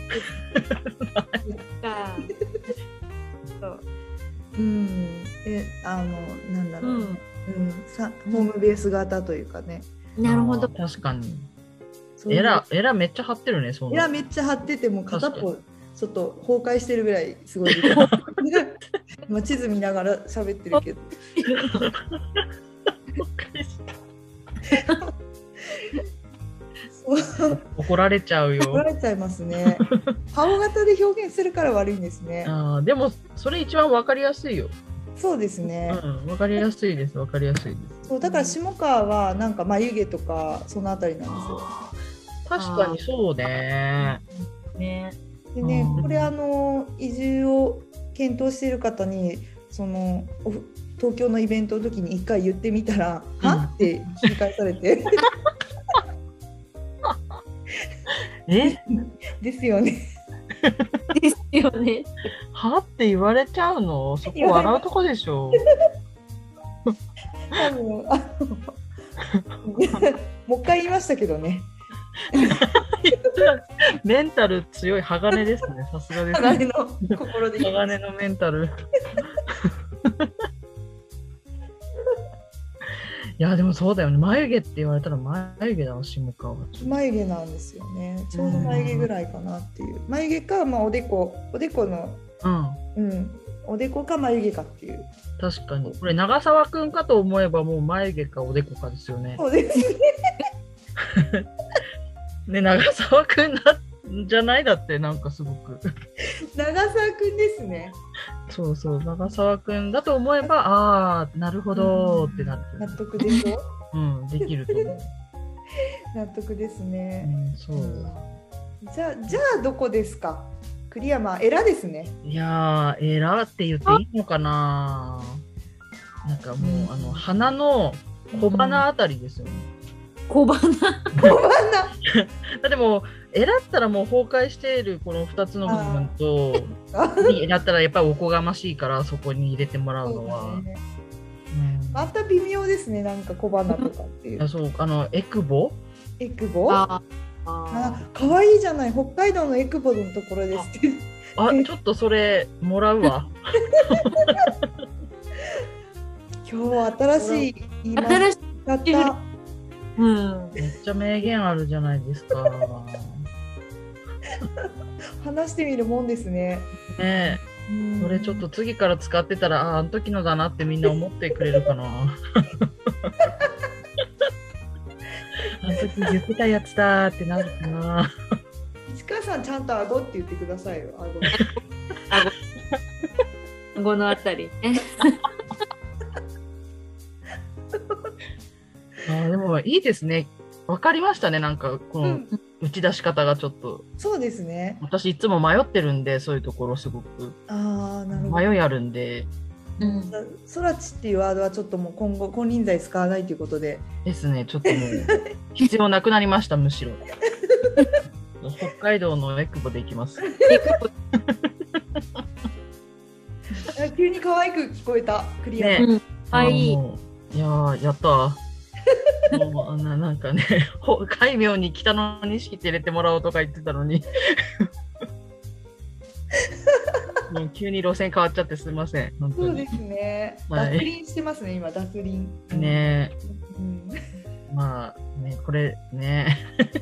うん、え、あの、なんだろう、うん、うん、さ、ホームベース型というかね。 なるほど。 確かに。エラ、エラめっちゃ張ってるね、そう。 エラめっちゃ張ってても、片方、ちょっと崩壊してるぐらい、すごい。今地図見ながら喋ってるけど。 怒られちゃうよ。 怒られちゃいますね。顔型で表現するから悪いんですね。 あ、でもそれ一番わかりやすいよ。 そうですね。 うん、わかりやすいです。わかりやすいです。 そうだから下川はなんか眉毛とかそのあたりなんですよ。 確かにそうね。 ね。 でね、これあの移住を検討している方にその東京のイベントの時に一回言ってみたら、うん、はって聞き返されて。 えですよね。 ですよね。 はって言われちゃうの？そこ笑うとこでしょ。 多分あのもう一回言いましたけどね。 メンタル強い鋼ですね。さすがですね。 鋼の心で。 鋼のメンタル。 やでもそうだよね、眉毛って言われたら眉毛だわ、下川。 眉毛なんですよね。ちょうど眉毛ぐらいかなっていう、眉毛か、まあ、おでこおでこの、うん、うん、おでこか眉毛かっていう。 確かにこれ長澤くんかと思えばもう眉毛かおでこかですよね。 そうですねね、長澤くんだじゃないだって、なんかすごく長澤くんですね。 そうそう、長澤くんだと思えば、ああなるほどってなって、 納得でしょうんできると思う納得ですね、 うん、そう、うん、 じゃあじゃあどこですか。栗山、エラですね。 いやー、エラって言っていいのかな。なんかもう、うん、あの鼻の小鼻あたりですよね、 うん、小鼻小鼻でもエラったらもう崩壊しているこのふたつの部分とになったらやっぱりおこがましいから、そこに入れてもらうのは、ね、 うん、また微妙ですね、なんか小鼻とかっていう。 あ、そう、あのエクボエクボああ、かわいいじゃない、北海道のエクボのところですって。 あ, あちょっとそれもらうわ今日新しい言い新しかった、 うん、 めっちゃ名言あるじゃないですか話してみるもんですね。 ねえ、これちょっと次から使ってたら、ああ、あの時のだなってみんな思ってくれるかなあの時言ってたやつだってなるかな。 市川さん、ちゃんと顎って言ってくださいよ。顎顎のあたりねあ、でもいいですね。わかりましたね。なんかこの打ち出し方がちょっと、 うん、そうですね。 私いつも迷ってるんで、そういうところすごくあー、なるほど、 迷いあるんで、 うん、空知っていうワードはちょっともう今後金輪際使わないということでですね。ちょっともう必要なくなりましたむしろ北海道のエクボでいきます急に可愛く聞こえたクリア、 ね、 うん、はい、 いやー、やったもうな, なんかね、戒名に北の錦って入れてもらおうとか言ってたのにもう急に路線変わっちゃってすみません。本当に。 そうですね。 はい、 脱輪してますね今、脱輪。 ね、 うん、 まあね、これね。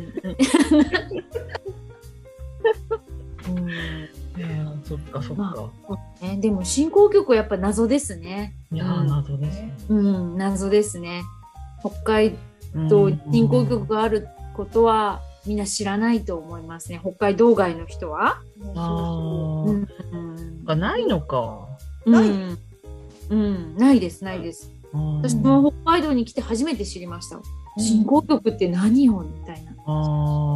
うん、 いやそっかそっか、まあね、でも進行曲はやっぱ謎ですね。 いや、うん、謎ですね。 うん、謎ですね。北海道進行曲があることはみんな知らないと思いますね。北海道外の人は。 あ、うんうん、ないのか。 ない、うんうん、ないですないです。私も北海道に来て初めて知りました。進行曲って何よみたいな。 あ、 うん、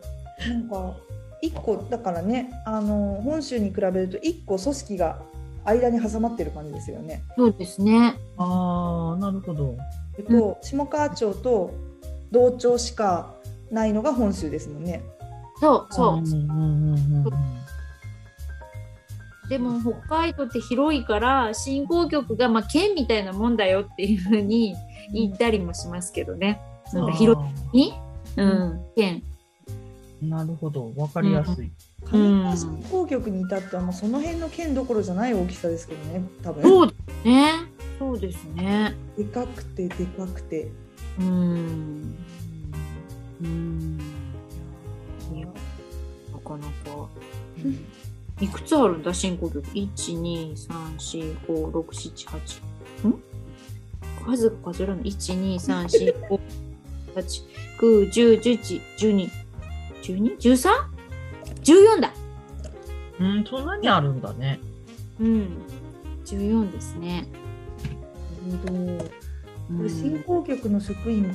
なんか一個だからね、あの本州に比べると一個組織が間に挟まってる感じですよね。 そうですね。 ああ、なるほど。 えっと、うん、下川町と同町しかないのが本州ですもんね。 そうそう。でも北海道って広いから進行曲がまあ県みたいなもんだよっていうふうに言ったりもしますけどね。なんか広い、うん、県。 なるほど、わかりやすい。 上川進行曲に至ってはもうその辺の県どころじゃない大きさですけどね、多分。 そうですね。そうですね。 でかくてでかくて。 うーん。うーん。なかなか。いくつあるんだ進行曲。いち、に、さん、よん、ご、ろく、なな、はち。ん？数が数えられない。いち、に、さん、よん、ご、はち、きゅう、じゅう、じゅういち、じゅうに、じゅうに、じゅうさん？じゅうよんだ。 うん、そんなにあるんだね。 うん。じゅうよんですね。 なるほど。これ進行局の職員って、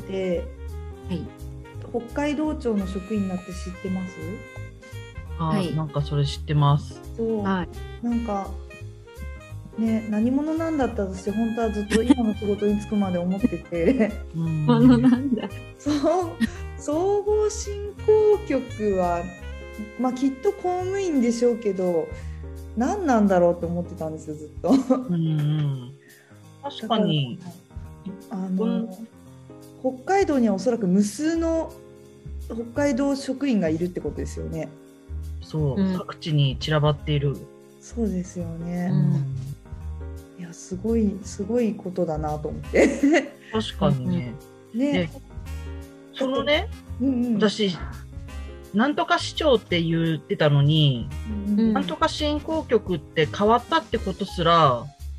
はい、北海道庁の職員になって知ってます？ あ、はい、なんかそれ知ってます。 そう、はい、なんかね、何者なんだって私本当はずっと今の仕事に就くまで思ってて何者なんだ。 そう総合振興局は、まあ、きっと公務員でしょうけど何なんだろうって思ってたんですよずっと。うん、うん、 確かにあの北海道にはおそらく無数の北海道職員がいるってことですよね。 そう、うん、各地に散らばっている。 そうですよね、 うん、 いやすごいすごいことだなと思って確かにね。ね、そのね、うんうん、私なんとか市長って言ってたのに、うん、なんとか振興局って変わったってことすら、うん、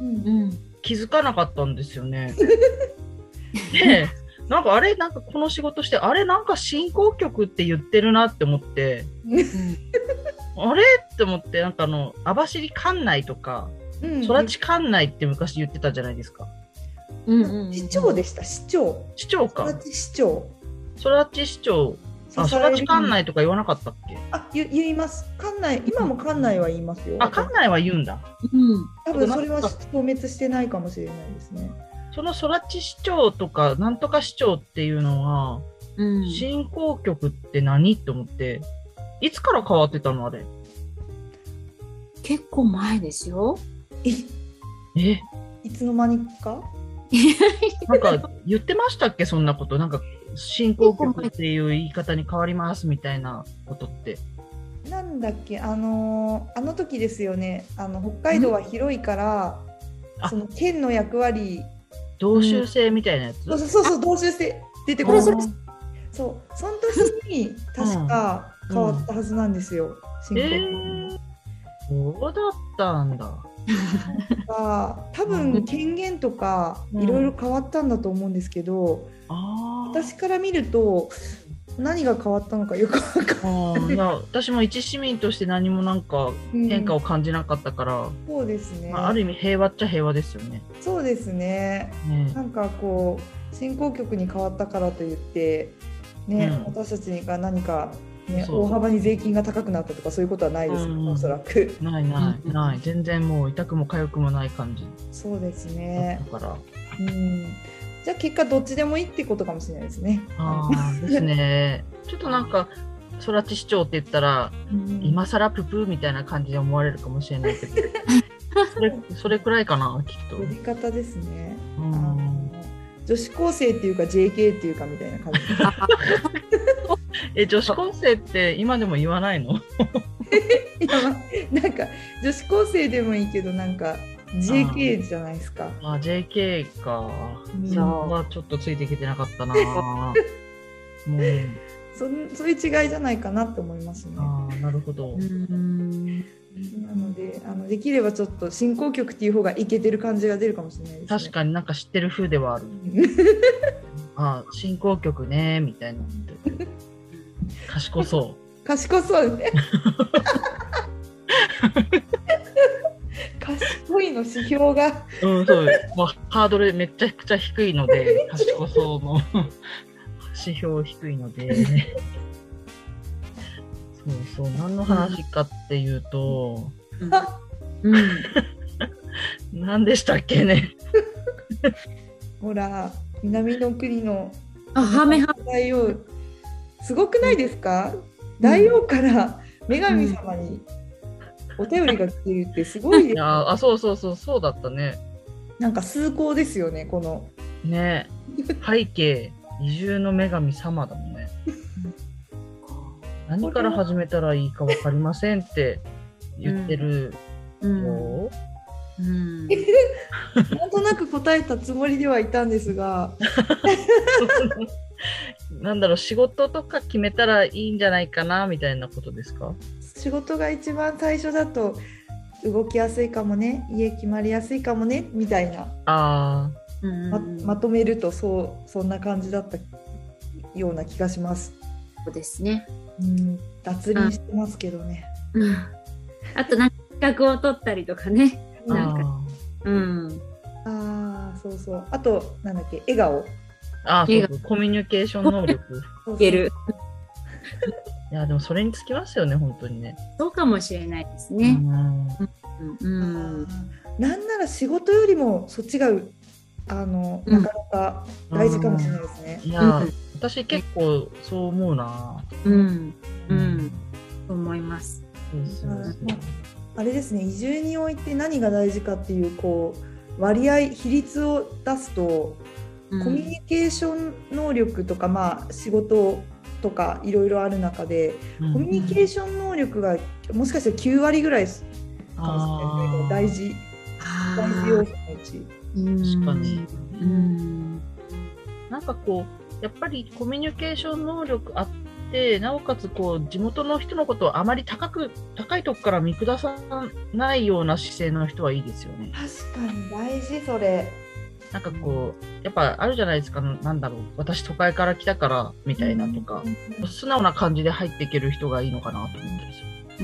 気づかなかったんですよね。で、なんかあれなんかこの仕事してあれなんか振興局って言ってるなって思って、うん、あれって思ってなんかあの網走管内とか、うん、空知管内って昔言ってたじゃないですか。 うんうんうん、市長でした市長市長か空知市長空知市長あ空知管内とか言わなかったっけ？ あ言言います管内今も管内は言いますよ。 あ管内は言うんだ。 うん、多分それは消滅してないかもしれないですね。 その空知市長とかなんとか市長っていうのは、うん、振興局って何って思っていつから変わってたのあれ？ 結構前ですよ。 ええいつの間にかなんか言ってましたっけそんなことなんか振興局っていう言い方に変わりますみたいなことってなんだっけあのー、あの時ですよねあの北海道は広いからその県の役割同州制みたいなやつ、 うん、そうそうそう同州制出てくるそうその時に確か変わったはずなんですよ、 うんうん、振興局、えー、そうだったんだ多分権限とかいろいろ変わったんだと思うんですけど、うん、私から見ると何が変わったのかよく分かんない。 いや私も一市民として何もなんか変化を感じなかったから、うん、 そうですね、 まあ、ある意味平和っちゃ平和ですよね。 そうですね、ねなんかこう振興局に変わったからといって、ねうん、私たちが何かね、大幅に税金が高くなったとかそういうことはないです、うん、おそらくないないない全然もう痛くも痒くもない感じ。 そうですねだから、 うん、じゃあ結果どっちでもいいってことかもしれないですね。 あですねちょっとなんか空知市長って言ったら、うん、今更ププーみたいな感じで思われるかもしれないけどそれそれくらいかなきっと。 呼び方ですね、うん、あの女子高生っていうか ジェーケー っていうかみたいな感じえ女子高生って今でも言わないの？いや、ま、なんか女子高生でもいいけどなんか ジェーケー じゃないですか。 ああ ジェーケー か、うん、それはちょっとついてきてなかったなもうそそういう違いじゃないかなって思いますね。 ああなるほど。うんなのであのできればちょっと振興局っていう方がイケてる感じが出るかもしれないですね。 確かになんか知ってる風ではあるああ振興局ねみたいな賢そう賢そうね賢いの指標がうんそうもうハードルめちゃくちゃ低いので賢そうの指標低いのでそうそう何の話かっていうと、うんうん、何でしたっけねほら南の国のあハメハ大王すごくないですか、うん、大王から女神様にお便りが来てるってすごいです、 いやあそうそうそうそうだったね。 なんか崇高ですよねこのね背景移住の女神様だもんね何から始めたらいいか分かりませんって言ってるよ、うんうんうん、なんとなく答えたつもりではいたんですがなんだろう仕事とか決めたらいいんじゃないかなみたいなことですか？ 仕事が一番最初だと動きやすいかもね家決まりやすいかもねみたいなあ、 うん、ま, まとめるとそうそんな感じだったような気がします。 そうですね、 うん、脱輪してますけどね、 うん、あとなんか企画を取ったりとかねなんかうん、 ああそうそうあとなんだっけ笑顔あそうそうコミュニケーション能力いけるいやでもそれにつきますよね本当にね。 そうかもしれないですね、うんうんうん、なんなら仕事よりもそっちがあの、うん、なかなか大事かもしれないですね。 いや、うん、私結構そう思うな。 うんうん、そう思います。 あれですね移住において何が大事かっていうこう割合比率を出すと、うん、コミュニケーション能力とか、まあ、仕事とかいろいろある中で、うん、コミュニケーション能力がもしかしたらきゅうわりぐらいかもしれないですけど大事大事要素のうち。 確かに。 うん。 なんかこうやっぱりコミュニケーション能力あって、なおかつこう地元の人のことをあまり高く高いとこから見下さないような姿勢の人はいいですよね。 確かに大事それ。 なんかこうやっぱあるじゃないですか。なんだろう、私都会から来たからみたいなとか、うん、素直な感じで入っていける人がいいのかなと思ってるんですよ。うん、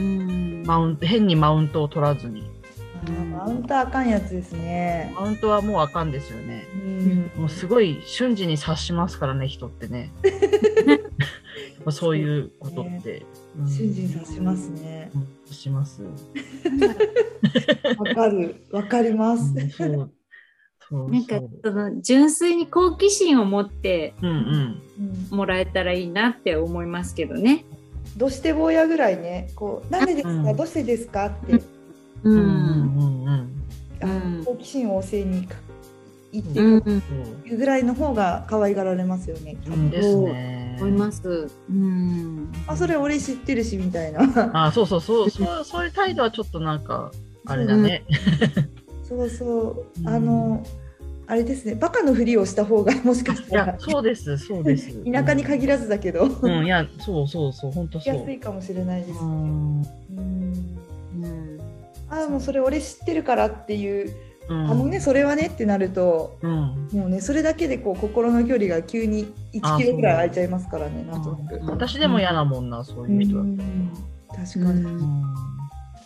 マウント変にマウントを取らずに。 マウントあかんやつですね。 マウントはもうあかんですよね。うん、もうすごい瞬時に察しますからね、人ってね。そういうことって。 うん、瞬時に察しますね。 うん、察します。 わかる、わかります。うん、そうそうなんかその純粋に好奇心を持ってもらえたらいいなって思いますけどね。 どうして坊やぐらいね、こうなんでですか、うん、どうしてですかって、 うんうんうん、好奇心旺盛に言ってくるぐらいの方が可愛がられますよね。 うん、ですね。 思います。うん。 あ、それ俺知ってるしみたいな。 あ、そうそうそうそう、そういう態度はちょっとなんかあれだね。 そうそう、あの。あれですね、バカのふりをした方がもしかしたら。 いや、そうです、そうです。 田舎に限らずだけど。 うん、いや、そうそうそう、本当そう。 安いかもしれないです。うん。うん。あ、もうそれ俺知ってるからっていう、うん、あ、もうね、それはねってなると、うん、もうね、それだけでこう心の距離が急にいちキロぐらい空いちゃいますからね、なんとなく。 私でも嫌なもんな、そういう人は。 確かに。うん。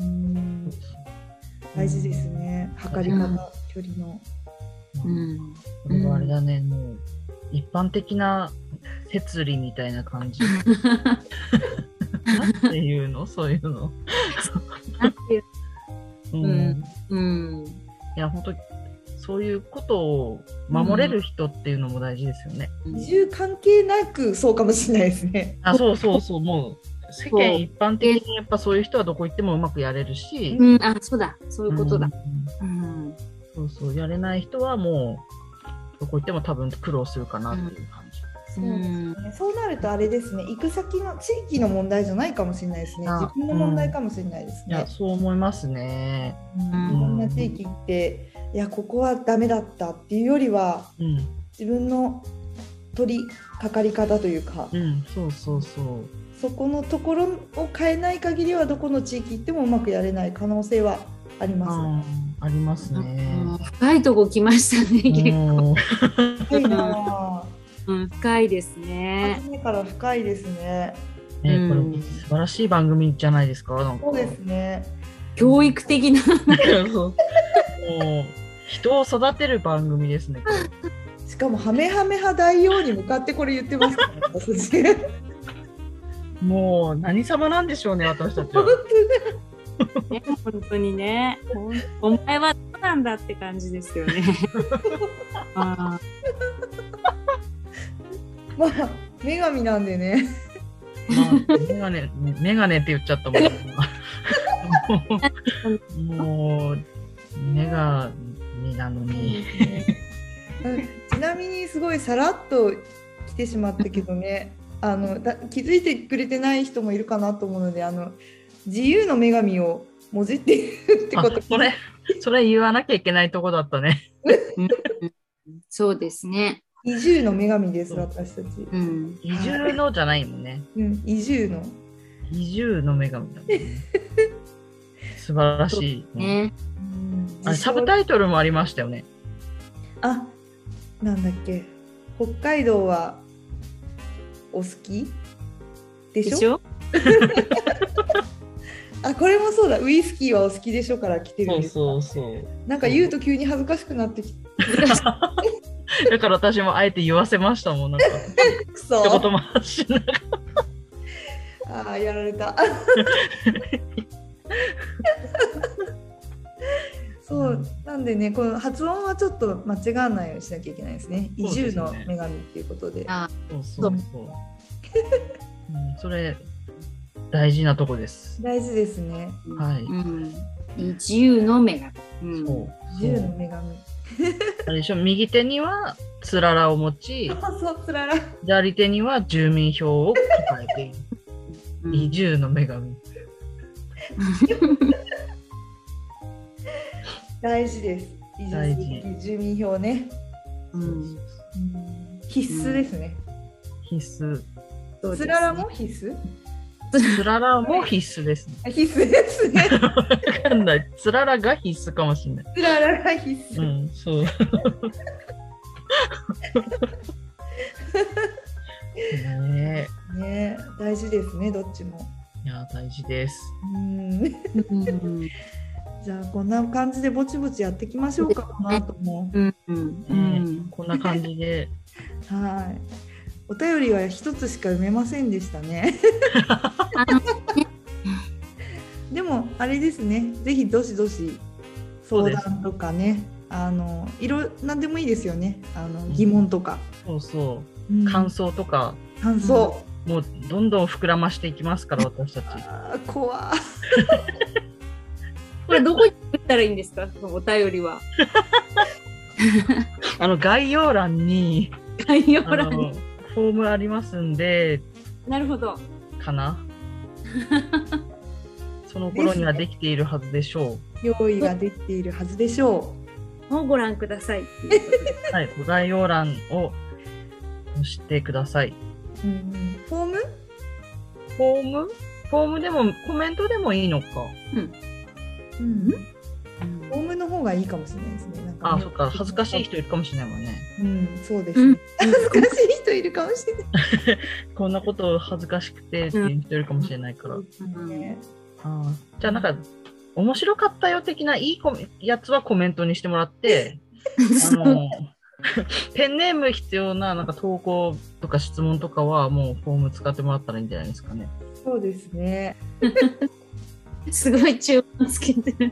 大事ですね、測り方、距離の。 うん、これはあれだね、うん、もう一般的な摂理みたいな感じ。なんていうの、そういうの。なんていう、うん、うん、いや本当そういうことを守れる人っていうのも大事ですよね。 移住関係なくそうかもしれないですね。 あ、そうそうそう、もう世間一般的にやっぱそういう人はどこ行ってもうまくやれるし、 うん、あ、そうだ、そういうことだ。うん、 うん、そうそう、やれない人はもうどこ行っても多分苦労するかなっていう感じ。 うん、そうですね。そうなるとあれですね、行く先の地域の問題じゃないかもしれないですね。自分の問題かもしれないですね。 うん、いや、そう思いますね。 うん、いろんな地域行って、いやここはダメだったっていうよりは、うん、自分の取り掛かり方というか、 うん、そうそうそう。 そこのところを変えない限りはどこの地域行ってもうまくやれない可能性はあります。 ありますね。 深いとこ来ましたね、結構。 深いな、 うん、深いですね。 初めから深いですね。 ね、うん、これ素晴らしい番組じゃないですか。なんかそうですね。 教育的な。 もう人を育てる番組ですね。 しかもハメハメ派大王に向かってこれ言ってますからね。 もう何様なんでしょうね、私たちは。 ね、本当にね、お前はどうなんだって感じですよね。あ、 まあ女神なんでね。 まあ、メガネ、メガネって言っちゃったもん。もうメガネなのに。 ちなみにすごいさらっと来てしまったけどね。あのだ気づいてくれてない人もいるかなと思うので、あの自由の女神をもじっているってこと。 それそれ言わなきゃいけないとこだったね。 そうですね。 移住の女神です、私たち。 うん、移住のじゃないもんね。 うん、移住の。 移住の女神だもんね。素晴らしいね。うん、あ、サブタイトルもありましたよね。 あ、なんだっけ。北海道はお好きでしょ？でしょあ、これもそうだ。ウイスキーはお好きでしょから来てるんです。 そうそうそう。 なんか言うと急に恥ずかしくなってきて。 だから私もあえて言わせましたもん。なんかくそ。 一言も発しなかった。 ああ、やられた。そうなんでね、この発音はちょっと間違わないようにしなきゃいけないですね。移住の女神っていうことで。 あ、 そうそうそう。うん、それ大事なとこです。 大事ですね。 はい。 うん、移住の女神。 うん、そう移住の女神。 あれでしょ、右手にはつららを持ち、 そうそうつらら。 左手には住民票を抱えている。うん、移住の女神。 大事です。 移住地域住民票ね。うん、必須ですね。 うん、必須。 つららも必須？ つららも必須ですね。 必須ですね。 わかんない。つららが必須かもしれない。 つららが必須。 うん、そう。ねえ。ねえ、大事ですね、どっちも。 いや、大事です。 うん。じゃあ、こんな感じでぼちぼちやっていきましょうか、この後も。 うんうんうん、こんな感じで。 はい。お便りは一つしか読めませんでしたね。でもあれですね。ぜひどしどし相談とかね、あのいろなんでもいいですよね。あの疑問とか、 うん、そうそう、うん、感想とか、 感想、 うん、もうどんどん膨らましていきますから私たち。 あー、怖これどこに送ったらいいんですか？お便りは。 あの概要欄に概要欄にフォームありますんで。 なるほど。かな。その頃にはできているはずでしょう。用意ができているはずでしょう。もうご覧ください。 はい、概要欄を押してください。 うん、フォーム？ フォーム？フォームでもコメントでもいいのか。うん。 うん。フォームの方がいいかもしれないですね。なんかね、 あ、そっか、恥ずかしい人いるかもしれないもんね。 うん、そうですね。恥ずかしい人いるかもしれない。 こんなこと恥ずかしくてっていう人いるかもしれないから。うん、あ、じゃあなんか面白かったよ的ないいやつはコメントにしてもらって、あのペンネーム必要ななんか投稿とか質問とかはもうフォーム使ってもらったらいいんじゃないですかね。 そうですね。 すごい注文つけてる。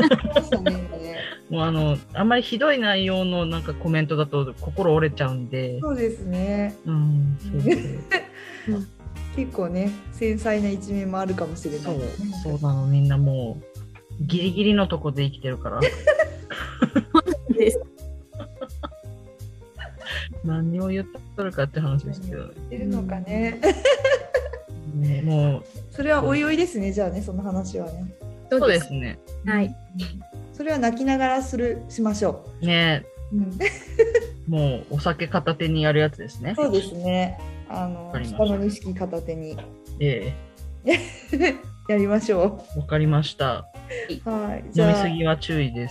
もうあのあんまりひどい内容のなんかコメントだと心折れちゃうんで。 そうですね。 うん、そうそう結構ね繊細な一面もあるかもしれない、ね。 そう、そうなの、みんなもうギリギリのとこで生きてるから。何を言ってるかって話ですけど。 言ってるのかね。 ね、もうそれはおいおいですね。じゃあね、その話はね。 そうですね。 はい。 それは泣きながらするしましょう。ね、うん、もうお酒片手にやるやつですね。 そうですね。あの下の錦片手に。 ええ。やりましょう。わかりました。 はい。 じゃあ飲みすぎは注意です。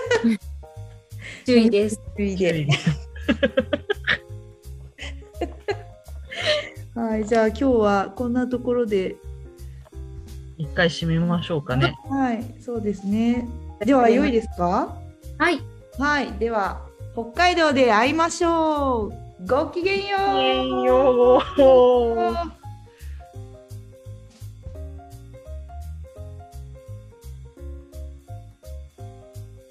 注意です。 注意で。はい、じゃあ今日はこんなところで一回締めましょうかね。 はい、そうですね。では良いですか？ はい。 はい、では北海道で会いましょう。ごきげんよう。 ごきげんよう。